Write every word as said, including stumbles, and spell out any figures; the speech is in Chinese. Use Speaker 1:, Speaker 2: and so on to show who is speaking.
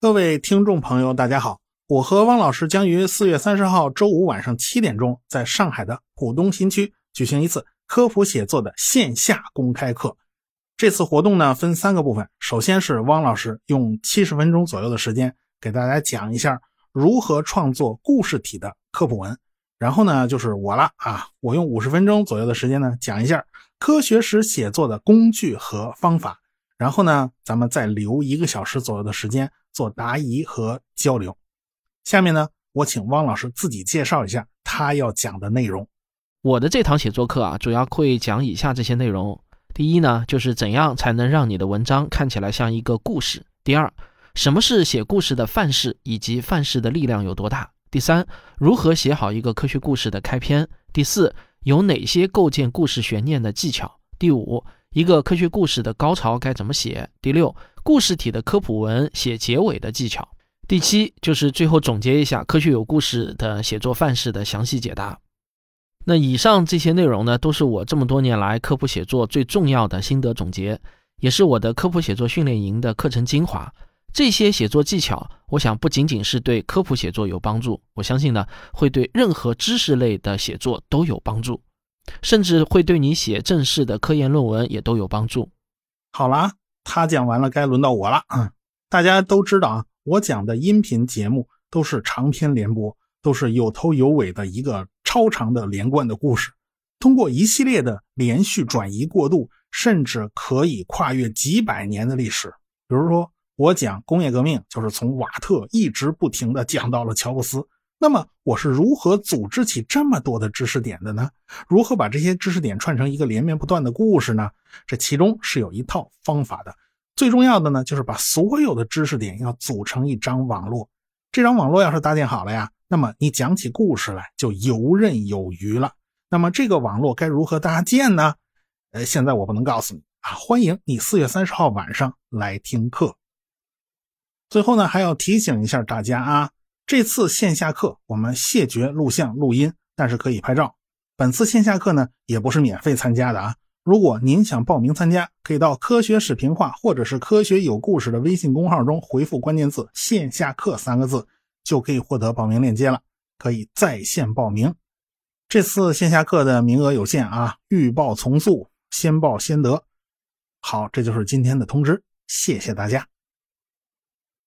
Speaker 1: 各位听众朋友大家好，我和汪老师将于四月三十号周五晚上七点钟在上海的浦东新区举行一次科普写作的线下公开课。这次活动呢分三个部分，首先是汪老师用七十分钟左右的时间给大家讲一下如何创作故事体的科普文，然后呢就是我了啊，我用五十分钟左右的时间呢讲一下科学史写作的工具和方法，然后呢咱们再留一个小时左右的时间做答疑和交流。下面呢我请汪老师自己介绍一下他要讲的内容。
Speaker 2: 我的这堂写作课啊，主要会讲以下这些内容。第一呢，就是怎样才能让你的文章看起来像一个故事。第二，什么是写故事的范式，以及范式的力量有多大。第三，如何写好一个科学故事的开篇。第四，有哪些构建故事悬念的技巧。第五，一个科学故事的高潮该怎么写。第六，故事体的科普文写结尾的技巧。第七，就是最后总结一下科学有故事的写作范式的详细解答。那以上这些内容呢，都是我这么多年来科普写作最重要的心得总结，也是我的科普写作训练营的课程精华。这些写作技巧，我想不仅仅是对科普写作有帮助，我相信呢，会对任何知识类的写作都有帮助，甚至会对你写正式的科研论文也都有帮助。
Speaker 1: 好了，他讲完了，该轮到我了。嗯，大家都知道啊，我讲的音频节目都是长篇连播，都是有头有尾的一个超长的连贯的故事，通过一系列的连续转移过渡，甚至可以跨越几百年的历史。比如说我讲工业革命，就是从瓦特一直不停地讲到了乔布斯。那么我是如何组织起这么多的知识点的呢？如何把这些知识点串成一个连绵不断的故事呢？这其中是有一套方法的。最重要的呢，就是把所有的知识点要组成一张网络。这张网络要是搭建好了呀，那么你讲起故事来就游刃有余了。那么这个网络该如何搭建呢？呃，现在我不能告诉你啊，欢迎你四月三十号晚上来听课。最后呢，还要提醒一下大家啊，这次线下课我们谢绝录像录音，但是可以拍照。本次线下课呢，也不是免费参加的啊。如果您想报名参加，可以到科学史评话或者是科学有故事的微信公号中回复关键字线下课三个字，就可以获得报名链接了，可以在线报名。这次线下课的名额有限啊，预报从速，先报先得。好，这就是今天的通知，谢谢大家。